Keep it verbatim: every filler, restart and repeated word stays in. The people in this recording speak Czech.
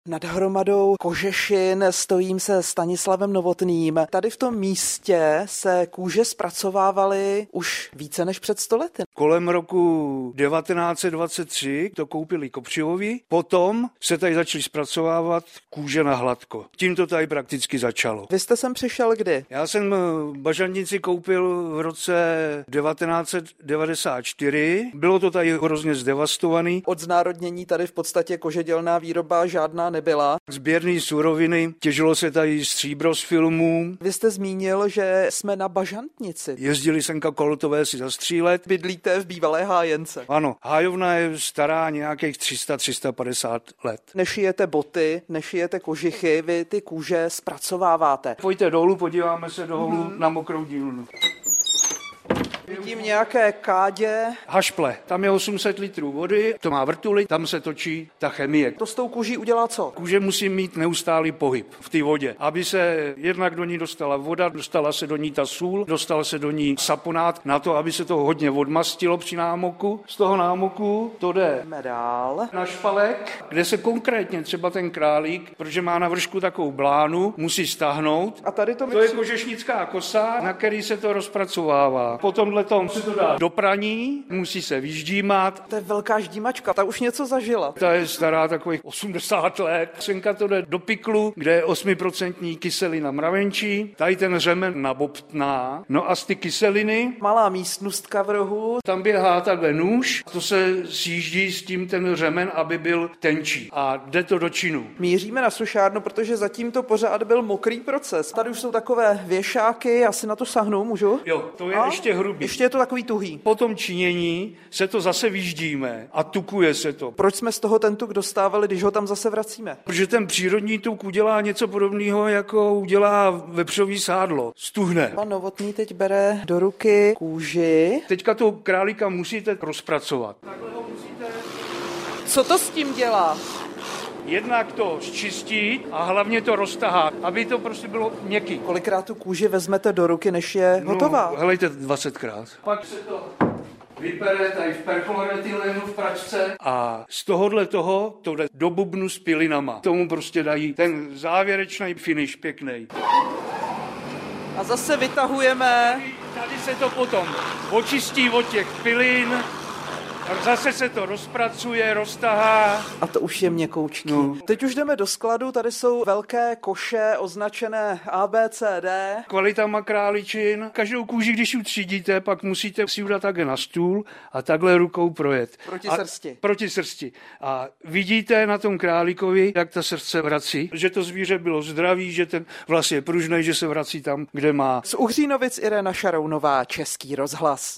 Nad hromadou kožešin stojím se Stanislavem Novotným. Tady v tom místě se kůže zpracovávaly už více než před sto lety. Kolem roku devatenáct set dvacet tři to koupili Kopřivovi, potom se tady začali zpracovávat kůže na hladko. Tím to tady prakticky začalo. Vy jste sem přišel kdy? Já jsem bažantnici koupil v roce devatenáct set devadesát čtyři. Bylo to tady hrozně zdevastovaný. Od znárodnění tady v podstatě kožedělná výroba žádná nebyla. Sběrný suroviny, těžilo se tady stříbro z filmů. Vy jste zmínil, že jsme na bažantnici. Jezdili semka kolotové si zastřílet. Bydlíte v bývalé hájence. Ano, hájovna je stará nějakých tři sta až tři sta padesát let. Nešijete boty, nešijete kožichy, vy ty kůže zpracováváte. Pojďte dolů, podíváme se dolů mm-hmm. na mokrou dílnu. Vidím nějaké kádě. Hašple, tam je osm set litrů vody, to má vrtuly, tam se točí ta chemie. To s tou kůží udělá co? Kůže musí mít neustálý pohyb v té vodě, aby se jednak do ní dostala voda, dostala se do ní ta sůl, dostal se do ní saponát na to, aby se to hodně odmastilo při námoku. Z toho námoku to jde dál na špalek, kde se konkrétně třeba ten králík, protože má na vršku takovou blánu, musí stáhnout. A tady to, to je kožešnická kosa, na který se to rozpracovává. Potom tom se to dá do praní, musí se vyždímat. To je velká ždímačka, ta už něco zažila. Ta je stará takových osmdesát let. Senka to jde do piklu, kde je osm procent kyselina mravenčí. Tady ten řemen nabobtná. No a z ty kyseliny... Malá místnostka v rohu. Tam běhá takhle nůž, to se sjíždí s tím ten řemen, aby byl tenčí. A jde to do činu. Míříme na sušárnu, protože zatím to pořád byl mokrý proces. Tady už jsou takové věšáky, asi na to sahnu, můžu? Jo, to je a? ještě hrubý. Ještě je to takový tuhý. Po tom činění se to zase vyždíme a tukuje se to. Proč jsme z toho ten tuk dostávali, když ho tam zase vracíme? Protože ten přírodní tuk udělá něco podobného, jako udělá vepřový sádlo. Stuhne. Pan Novotný teď bere do ruky kůži. Teďka toho králíka musíte rozpracovat. Takhle ho musíte... Co to s tím dělá? Jednak to zčistí a hlavně to roztahá, aby to prostě bylo měkký. Kolikrát tu kůži vezmete do ruky, než je hotová? No, helejte, dvacetkrát. Pak se to vypere tady v perchloretylenu v pračce a z tohohle toho to jde do bubnu s pilinama. Tomu prostě dají ten závěrečný finish pěkný. A zase vytahujeme. Tady se to potom očistí od těch pilin. Zase se to rozpracuje, roztahá. A to už je měkoučký. No. Teď už jdeme do skladu, tady jsou velké koše označené A, B, C, D. Kvalitama králičin. Každou kůži, když ji třídíte, pak musíte si udat takhle na stůl a takhle rukou projet. Proti a, srsti. Proti srsti. A vidíte na tom králíkovi, jak ta srst se vrací, že to zvíře bylo zdravý, že ten vlas je pružnej, že se vrací tam, kde má. Z Uhřínovic Irena Šarounová, Český rozhlas.